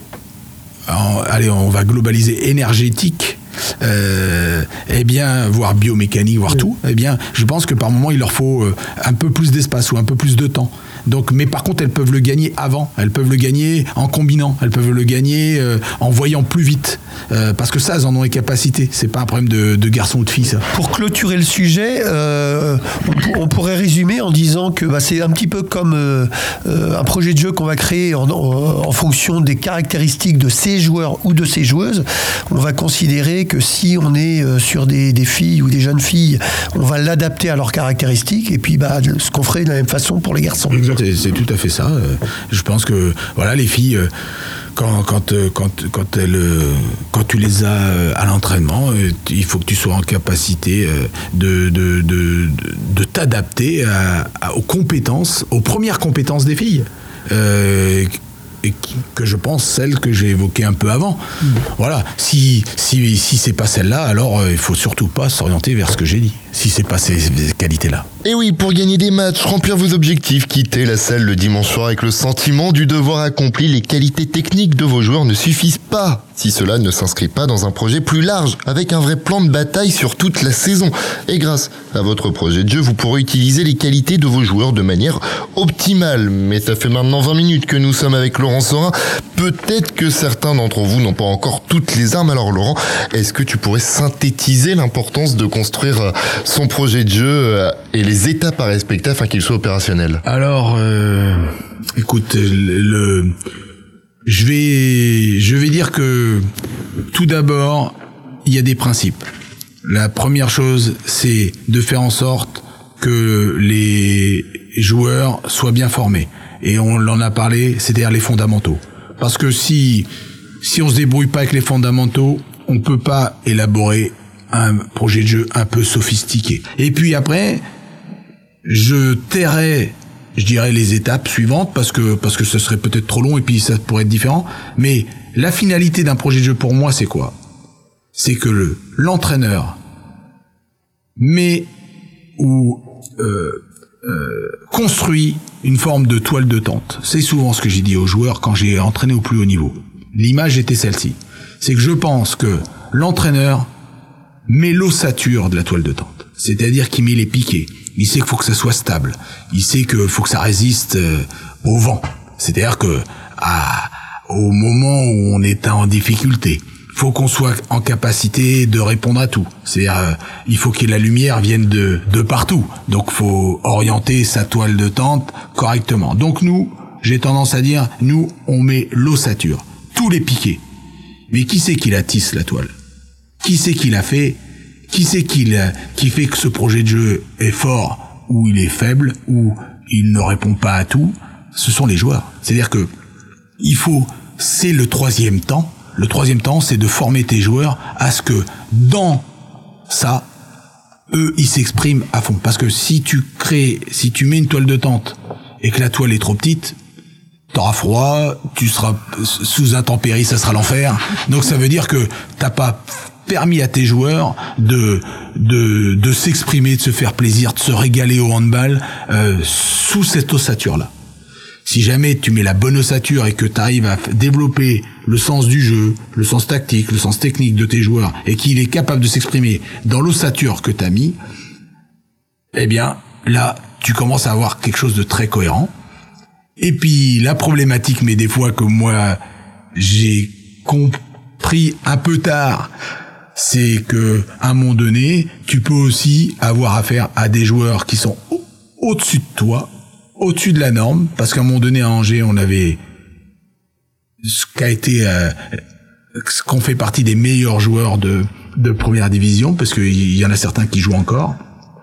en, allez on va globaliser énergétique. Euh, eh bien, voire biomécanique, voire oui. tout. Eh bien, je pense que par moment il leur faut euh, un peu plus d'espace ou un peu plus de temps. Donc, mais par contre, elles peuvent le gagner avant. Elles peuvent le gagner en combinant. Elles peuvent le gagner euh, en voyant plus vite. Euh, parce que ça, elles en ont les capacités. C'est pas un problème de, de garçon ou de fille, ça. Pour clôturer le sujet, euh, on, on pourrait résumer en disant que bah, c'est un petit peu comme euh, un projet de jeu qu'on va créer en, en, en fonction des caractéristiques de ces joueurs ou de ces joueuses. On va considérer que si on est sur des, des filles ou des jeunes filles, on va l'adapter à leurs caractéristiques. Et puis, bah, ce qu'on ferait de la même façon pour les garçons. C'est, c'est tout à fait ça. Je pense que voilà, les filles, quand quand quand quand elle quand tu les as à l'entraînement, il faut que tu sois en capacité de de de de, de t'adapter à, à, aux compétences, aux premières compétences des filles. Euh, et que je pense celle que j'ai évoquée un peu avant. Mmh. Voilà. Si si si c'est pas celle-là, alors euh, il faut surtout pas s'orienter vers ce que j'ai dit. Si c'est pas ces, ces qualités-là. Et oui, pour gagner des matchs, remplir vos objectifs, quitter la salle le dimanche soir avec le sentiment du devoir accompli, les qualités techniques de vos joueurs ne suffisent pas. Si cela ne s'inscrit pas dans un projet plus large, avec un vrai plan de bataille sur toute la saison. Et grâce à votre projet de jeu, vous pourrez utiliser les qualités de vos joueurs de manière optimale. Mais ça fait maintenant vingt minutes que nous sommes avec Laurent Sorin. Peut-être que certains d'entre vous n'ont pas encore toutes les armes. Alors Laurent, est-ce que tu pourrais synthétiser l'importance de construire son projet de jeu et les étapes à respecter afin qu'il soit opérationnel? Alors, euh, écoute, le... le... Je vais, je vais dire que tout d'abord, il y a des principes. La première chose, c'est de faire en sorte que les joueurs soient bien formés. Et on en a parlé, c'est-à-dire les fondamentaux. Parce que si, si on se débrouille pas avec les fondamentaux, on peut pas élaborer un projet de jeu un peu sophistiqué. Et puis après, je tairai, je dirais, les étapes suivantes parce que parce que ce serait peut-être trop long et puis ça pourrait être différent. Mais la finalité d'un projet de jeu pour moi, c'est quoi? C'est que le l'entraîneur met ou euh, euh, construit une forme de toile de tente. C'est souvent ce que j'ai dit aux joueurs quand j'ai entraîné au plus haut niveau. L'image était celle-ci. C'est que je pense que l'entraîneur met l'ossature de la toile de tente. C'est-à-dire qu'il met les piquets. Il sait qu'il faut que ça soit stable. Il sait qu'il faut que ça résiste euh, au vent. C'est-à-dire que à, au moment où on est en difficulté, il faut qu'on soit en capacité de répondre à tout. C'est-à-dire euh, il faut que la lumière vienne de, de partout. Donc il faut orienter sa toile de tente correctement. Donc nous, j'ai tendance à dire, nous, on met l'ossature, tous les piquets. Mais qui c'est qui la tisse, la toile? Qui c'est qui l'a fait? Qui c'est qui, qui fait que ce projet de jeu est fort ou il est faible ou il ne répond pas à tout? Ce sont les joueurs. C'est-à-dire que il faut, c'est le troisième temps. Le troisième temps, c'est de former tes joueurs à ce que dans ça, eux, ils s'expriment à fond. Parce que si tu crées, si tu mets une toile de tente et que la toile est trop petite, t'auras froid, tu seras sous intempéries, ça sera l'enfer. Donc ça veut dire que t'as pas permis à tes joueurs de de de s'exprimer, de se faire plaisir, de se régaler au handball euh, sous cette ossature-là. Si jamais tu mets la bonne ossature et que tu arrives à développer le sens du jeu, le sens tactique, le sens technique de tes joueurs et qu'il est capable de s'exprimer dans l'ossature que tu as mis, eh bien là, tu commences à avoir quelque chose de très cohérent. Et puis la problématique, mais des fois que moi j'ai compris un peu tard, c'est que à un moment donné, tu peux aussi avoir affaire à des joueurs qui sont au- au-dessus de toi, au-dessus de la norme, parce qu'à un moment donné à Angers, on avait ce qu'a été, euh, ce qu'on fait partie des meilleurs joueurs de de première division, parce qu'il y en a certains qui jouent encore,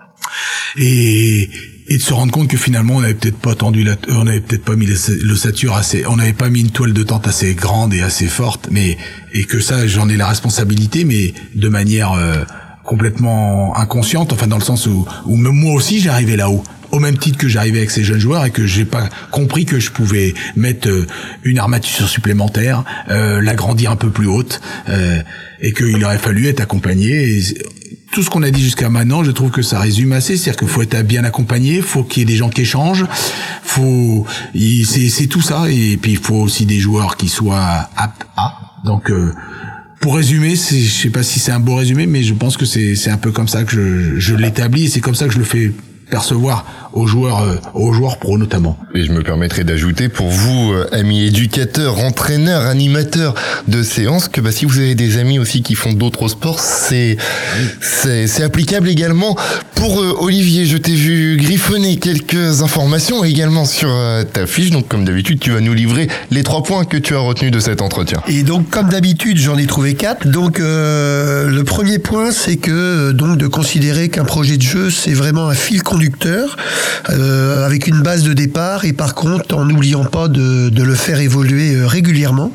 et et de se rendre compte que finalement on avait peut-être pas tendu la, on avait peut-être pas mis l'ossature assez, on n'avait pas mis une toile de tente assez grande et assez forte, mais et que ça j'en ai la responsabilité, mais de manière euh, complètement inconsciente, enfin dans le sens où où même moi aussi j'arrivais là-haut, au même titre que j'arrivais avec ces jeunes joueurs et que j'ai pas compris que je pouvais mettre euh, une armature supplémentaire, euh, l'agrandir un peu plus haute, euh, et qu'il aurait fallu être accompagné. Et tout ce qu'on a dit jusqu'à maintenant, je trouve que ça résume assez, c'est-à-dire qu'il faut être bien accompagné, faut qu'il y ait des gens qui échangent, faut, il, c'est, c'est tout ça, et puis il faut aussi des joueurs qui soient aptes à. Donc, euh, pour résumer, c'est, je sais pas si c'est un beau résumé, mais je pense que c'est, c'est un peu comme ça que je, je l'établis, et c'est comme ça que je le fais percevoir aux joueurs, euh, aux joueurs pro notamment. Et je me permettrai d'ajouter pour vous, euh, amis éducateurs, entraîneurs, animateurs de séances, que bah, si vous avez des amis aussi qui font d'autres sports, c'est c'est, c'est applicable également pour euh, Olivier. Je t'ai vu griffonner quelques informations également sur euh, ta fiche, donc comme d'habitude, tu vas nous livrer les trois points que tu as retenus de cet entretien. Et donc, comme d'habitude, j'en ai trouvé quatre. Donc, euh, le premier point, c'est que donc de considérer qu'un projet de jeu, c'est vraiment un fil conducteur euh, avec une base de départ et par contre en n'oubliant pas de, de le faire évoluer euh, régulièrement.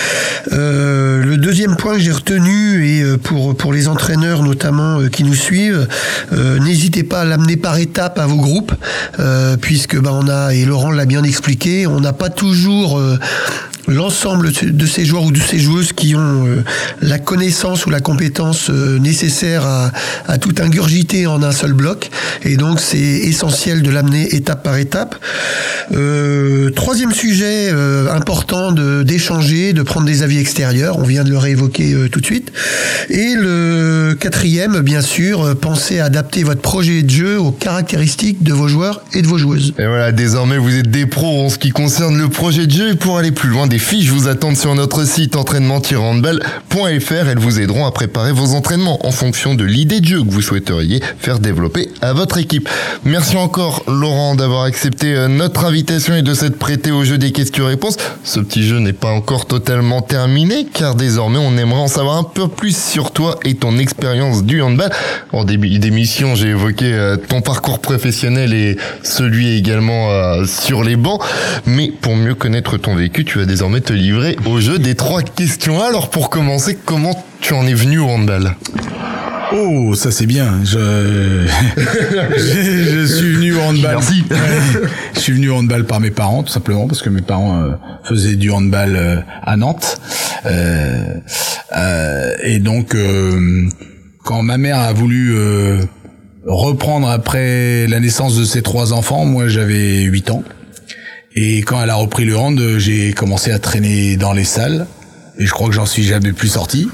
Euh, le deuxième point que j'ai retenu, et euh, pour, pour les entraîneurs notamment euh, qui nous suivent, euh, n'hésitez pas à l'amener par étapes à vos groupes, euh, puisque bah, on a, et Laurent l'a bien expliqué, on n'a pas toujours euh, l'ensemble de ces joueurs ou de ces joueuses qui ont euh, la connaissance ou la compétence euh, nécessaire à, à tout ingurgiter en un seul bloc, et donc c'est essentiel de l'amener étape par étape. Euh, troisième sujet euh, important de, d'échanger, de prendre des avis extérieurs, on vient de le réévoquer euh, tout de suite. Et le quatrième, bien sûr, euh, pensez à adapter votre projet de jeu aux caractéristiques de vos joueurs et de vos joueuses. Et voilà, désormais vous êtes des pros en ce qui concerne le projet de jeu, et pour aller plus loin, des fiches vous attendent sur notre site entraînement tiret handball point f r. Elles vous aideront à préparer vos entraînements en fonction de l'idée de jeu que vous souhaiteriez faire développer à votre équipe. Merci encore Laurent d'avoir accepté notre invitation et de s'être prêté au jeu des questions-réponses. Ce petit jeu n'est pas encore totalement terminé car désormais on aimerait en savoir un peu plus sur toi et ton expérience du handball. En début d'émission, j'ai évoqué ton parcours professionnel et celui également sur les bancs, mais pour mieux connaître ton vécu, tu vas désormais te livrer au jeu des trois questions. Alors pour commencer, comment tu en es venu au handball ? Oh, ça c'est bien. Je, je, je suis venu au handball. Merci. Je suis venu au handball par mes parents, tout simplement, parce que mes parents euh, faisaient du handball euh, à Nantes. Euh, euh, et donc, euh, quand ma mère a voulu euh, reprendre après la naissance de ses trois enfants, moi j'avais huit ans. Et quand elle a repris le hand, j'ai commencé à traîner dans les salles. Et je crois que j'en suis jamais plus sorti.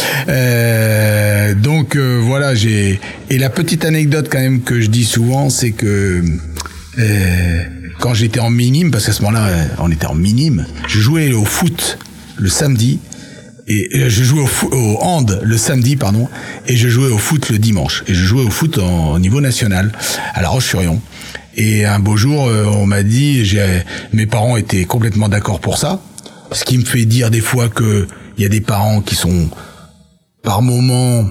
Euh, donc euh, voilà, j'ai. Et la petite anecdote quand même que je dis souvent, c'est que euh, quand j'étais en minime, parce qu'à ce moment-là, on était en minime, je jouais au foot le samedi. Et je jouais au, fo- au hand le samedi, pardon, et je jouais au foot le dimanche. Et je jouais au foot en, au niveau national, à La Roche-sur-Yon. Et un beau jour, on m'a dit, j'ai, mes parents étaient complètement d'accord pour ça. Ce qui me fait dire des fois que il y a des parents qui sont par moments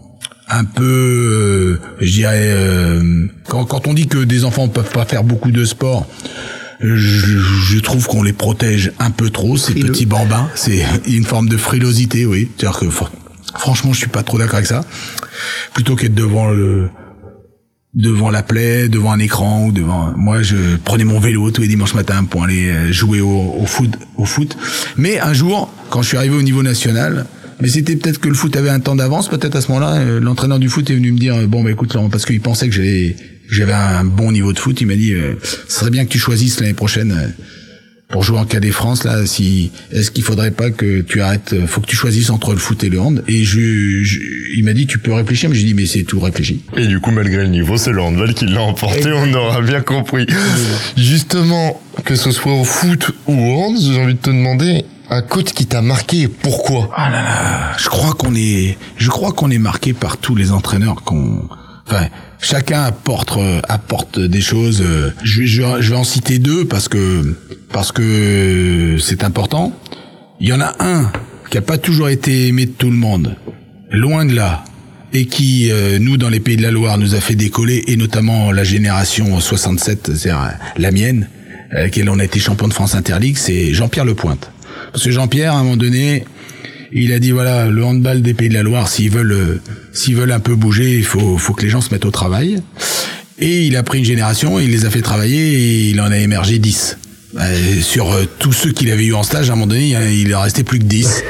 un peu, euh, je dirais, euh, quand, quand on dit que des enfants peuvent pas faire beaucoup de sport, je, je trouve qu'on les protège un peu trop, ces Frileux. petits bambins. C'est une forme de frilosité, oui. C'est-à-dire que franchement, je suis pas trop d'accord avec ça. Plutôt qu'être devant le devant la plaie, devant un écran ou devant. Moi, je prenais mon vélo tous les dimanches matins pour aller jouer au, au foot, au foot. Mais un jour, quand je suis arrivé au niveau national, mais c'était peut-être que le foot avait un temps d'avance. Peut-être à ce moment-là, l'entraîneur du foot est venu me dire bon, bah écoute, Laurent, parce qu'il pensait que j'avais, j'avais un bon niveau de foot, il m'a dit, euh, ce serait bien que tu choisisses l'année prochaine. Euh, Pour jouer en Cadet France, là, si, est-ce qu'il faudrait pas que tu arrêtes, faut que tu choisisses entre le foot et le hand. Et je, je il m'a dit, tu peux réfléchir, mais j'ai dit, mais c'est tout réfléchi. Et du coup, malgré le niveau, c'est le handball qui l'a emporté, on aura bien compris. Justement, que ce soit au foot ou au hand, j'ai envie de te demander, un coach qui t'a marqué, pourquoi? Ah là là, je crois qu'on est, je crois qu'on est marqué par tous les entraîneurs qu'on, enfin, chacun apporte apporte des choses. Je vais, je vais, je vais en citer deux parce que parce que c'est important. Il y en a un qui a pas toujours été aimé de tout le monde, loin de là, et qui euh, nous dans les Pays de la Loire nous a fait décoller, et notamment la génération soixante-sept, c'est-à-dire la mienne, à laquelle on a été champion de France Interligue, c'est Jean-Pierre Lepointe. Parce que Jean-Pierre, à un moment donné, il a dit voilà, le handball des Pays de la Loire, s'ils veulent, euh, s'ils veulent un peu bouger, il faut, faut que les gens se mettent au travail. Et il a pris une génération, il les a fait travailler, et il en a émergé dix. Euh, sur euh, tous ceux qu'il avait eu en stage, à un moment donné, il en restait plus que dix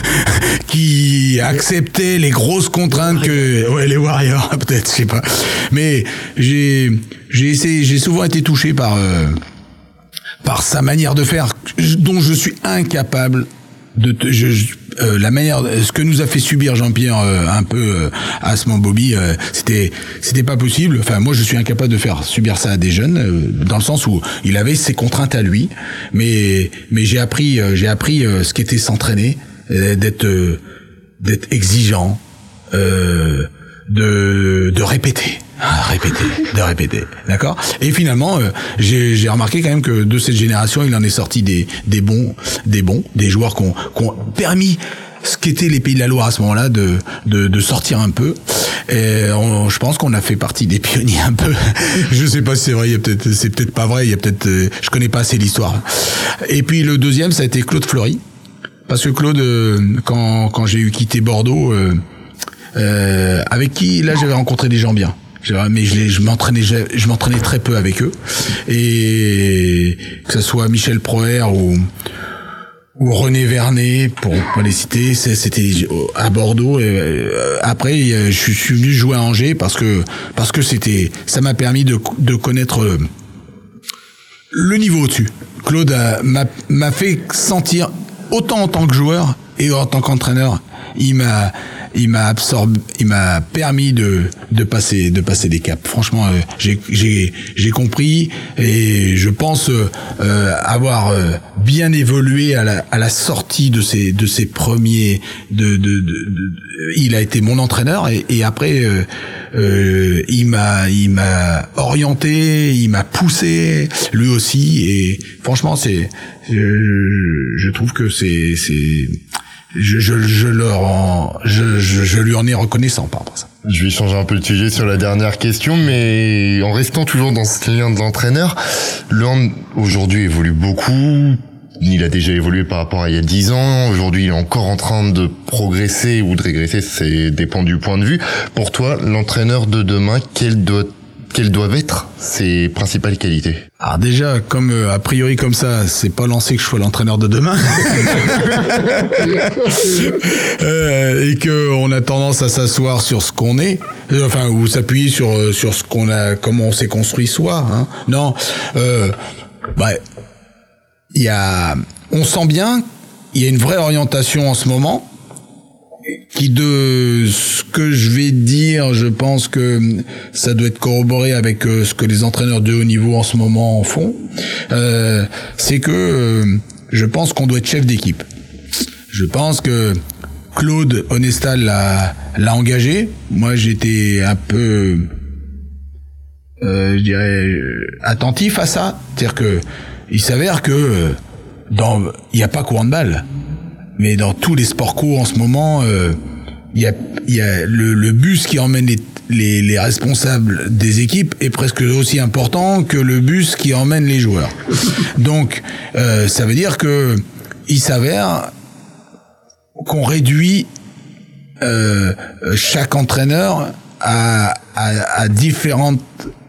qui acceptaient les grosses contraintes que ouais, les Warriors peut-être, je sais pas. Mais j'ai j'ai essayé, j'ai souvent été touché par euh, par sa manière de faire, dont je suis incapable de te, je, je, euh, la manière, ce que nous a fait subir Jean-Pierre euh, un peu euh, à Asman Bobby, euh, c'était c'était pas possible. Enfin, moi, je suis incapable de faire subir ça à des jeunes, euh, dans le sens où il avait ses contraintes à lui, mais mais j'ai appris euh, j'ai appris euh, ce qu'était s'entraîner, euh, d'être euh, d'être exigeant, euh, de de répéter. Ah, répéter, de répéter, d'accord. Et finalement, euh, j'ai, j'ai remarqué quand même que de cette génération, il en est sorti des des bons, des bons, des joueurs qui ont, qui ont permis ce qu'étaient les Pays de la Loire à ce moment-là de de, de sortir un peu. Et on, je pense qu'on a fait partie des pionniers un peu. Je sais pas si c'est vrai, il y a peut-être, c'est peut-être pas vrai, il y a peut-être, euh, je connais pas assez l'histoire. Et puis le deuxième, ça a été Claude Fleury. Parce que Claude, euh, quand, quand j'ai eu quitté Bordeaux, euh, euh, avec qui, là, j'avais rencontré des gens bien. Mais je, les, je m'entraînais, je, je m'entraînais très peu avec eux. Et que ce soit Michel Proher ou, ou René Vernet, pour pas les citer, c'était à Bordeaux. Et après, je suis venu jouer à Angers parce que parce que c'était, ça m'a permis de, de connaître le niveau au-dessus. Claude a, m'a, m'a fait sentir, autant en tant que joueur et en tant qu'entraîneur, il m'a il m'a absorbé, il m'a permis de de passer de passer des caps. Franchement, euh, j'ai j'ai j'ai compris et je pense euh, avoir euh, bien évolué à la à la sortie de ces de ces premiers de de, de, de il a été mon entraîneur et, et après euh, euh, il m'a il m'a orienté, il m'a poussé lui aussi et franchement c'est je, je trouve que c'est c'est Je, je, je leur en, je, je, je lui en ai reconnaissant par rapport à ça. Je vais changer un peu de sujet sur la dernière question, mais en restant toujours dans ce lien de l'entraîneur, le hand aujourd'hui évolue beaucoup. Il a déjà évolué par rapport à il y a dix ans. Aujourd'hui, il est encore en train de progresser ou de régresser, c'est dépend du point de vue. Pour toi, l'entraîneur de demain, quel doit Quelles doivent être ses principales qualités? Alors déjà, comme euh, a priori comme ça, c'est pas lancé que je sois l'entraîneur de demain, euh, et que on a tendance à s'asseoir sur ce qu'on est, euh, enfin ou s'appuyer sur sur ce qu'on a, comment on s'est construit soi. Hein. Non, euh, bah, il y a, on sent bien, il y a une vraie orientation en ce moment. Qui de ce que je vais dire, je pense que ça doit être corroboré avec ce que les entraîneurs de haut niveau en ce moment en font. Euh, c'est que euh, je pense qu'on doit être chef d'équipe. Je pense que Claude Honestal l'a, l'a engagé. Moi, j'étais un peu, euh, je dirais, attentif à ça. C'est-à-dire que il s'avère que dans, il n'y a pas qu'au handball. Mais dans tous les sports co en ce moment, il euh, y a, y a le, le bus qui emmène les, les, les responsables des équipes est presque aussi important que le bus qui emmène les joueurs. Donc, euh, ça veut dire que il s'avère qu'on réduit euh, chaque entraîneur à, à, à différentes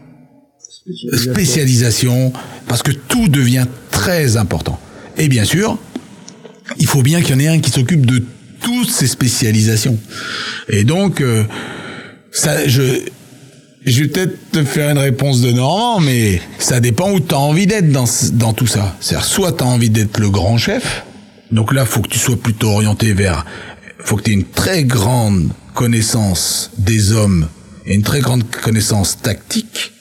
spécialisations, parce que tout devient très important. Et bien sûr, il faut bien qu'il y en ait un qui s'occupe de toutes ces spécialisations. Et donc, euh, ça, je, je vais peut-être te faire une réponse de Normand, mais ça dépend où tu as envie d'être dans, dans tout ça. C'est-à-dire, soit tu as envie d'être le grand chef, donc là, faut que tu sois plutôt orienté vers, faut que tu aies une très grande connaissance des hommes et une très grande connaissance tactique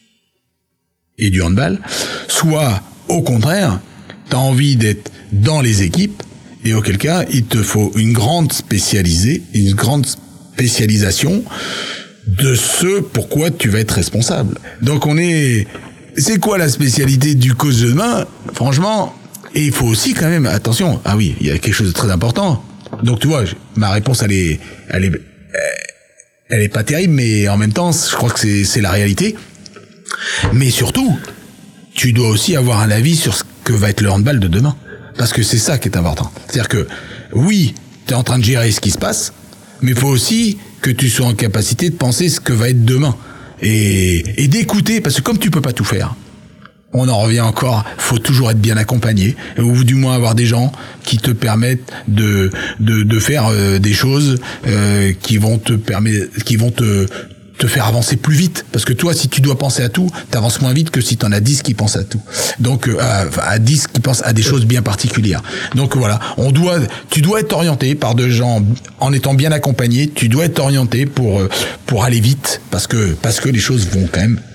et du handball, soit, au contraire, tu as envie d'être dans les équipes, et auquel cas, il te faut une grande spécialisée, une grande spécialisation de ce pourquoi tu vas être responsable. Donc on est, c'est quoi la spécialité du coach de demain? Franchement, et il faut aussi quand même, attention, ah oui, il y a quelque chose de très important. Donc tu vois, ma réponse elle est, elle est, elle est pas terrible, mais en même temps, je crois que c'est, c'est la réalité. Mais surtout, tu dois aussi avoir un avis sur ce que va être le handball de demain. Parce que c'est ça qui est important. C'est-à-dire que, oui, tu es en train de gérer ce qui se passe, mais il faut aussi que tu sois en capacité de penser ce que va être demain. Et, et d'écouter, parce que comme tu peux pas tout faire, on en revient encore, faut toujours être bien accompagné, ou du moins avoir des gens qui te permettent de, de, de faire euh, des choses euh, qui vont te permettre, qui vont te, te faire avancer plus vite, parce que toi, si tu dois penser à tout, t'avances moins vite que si t'en as dix qui pensent à tout. Donc, euh, à dix qui pensent à des choses bien particulières. Donc voilà, on doit, tu dois être orienté par des gens, en étant bien accompagné, tu dois être orienté pour pour aller vite, parce que parce que les choses vont quand même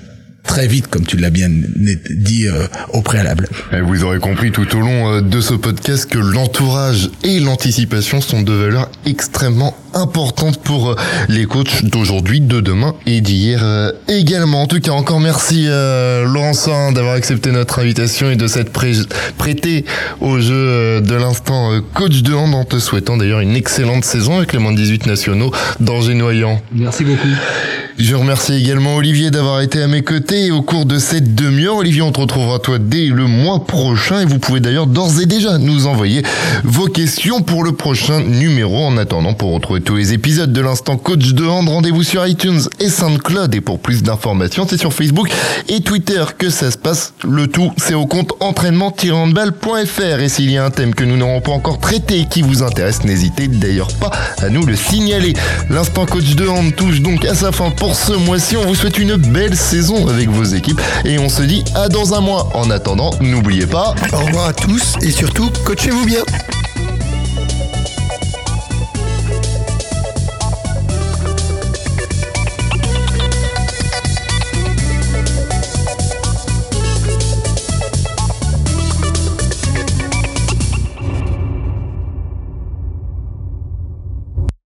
très vite, comme tu l'as bien dit euh, au préalable. Et vous aurez compris tout au long de ce podcast que l'entourage et l'anticipation sont deux valeurs extrêmement importantes pour les coachs d'aujourd'hui, de demain et d'hier euh, également. En tout cas, encore merci euh, Laurent Sorin d'avoir accepté notre invitation et de s'être pré- prêté au jeu euh, de l'instant euh, coach de hand, en te souhaitant d'ailleurs une excellente saison avec les moins de dix-huit nationaux d'Angers-Noyant. Merci beaucoup. Je remercie également Olivier d'avoir été à mes côtés au cours de cette demi-heure. Olivier, on te retrouvera toi dès le mois prochain et vous pouvez d'ailleurs d'ores et déjà nous envoyer vos questions pour le prochain numéro. En attendant, pour retrouver tous les épisodes de l'instant coach de hand, rendez-vous sur iTunes et SoundCloud, et pour plus d'informations, c'est sur Facebook et Twitter que ça se passe. Le tout, c'est au compte entraînement tiret handball point f r. Et s'il y a un thème que nous n'aurons pas encore traité et qui vous intéresse, n'hésitez d'ailleurs pas à nous le signaler. L'instant coach de hand touche donc à sa fin pour ce mois-ci. On vous souhaite une belle saison avec vos équipes et on se dit à dans un mois. En attendant, n'oubliez pas, Au revoir à tous et surtout, coachez-vous bien.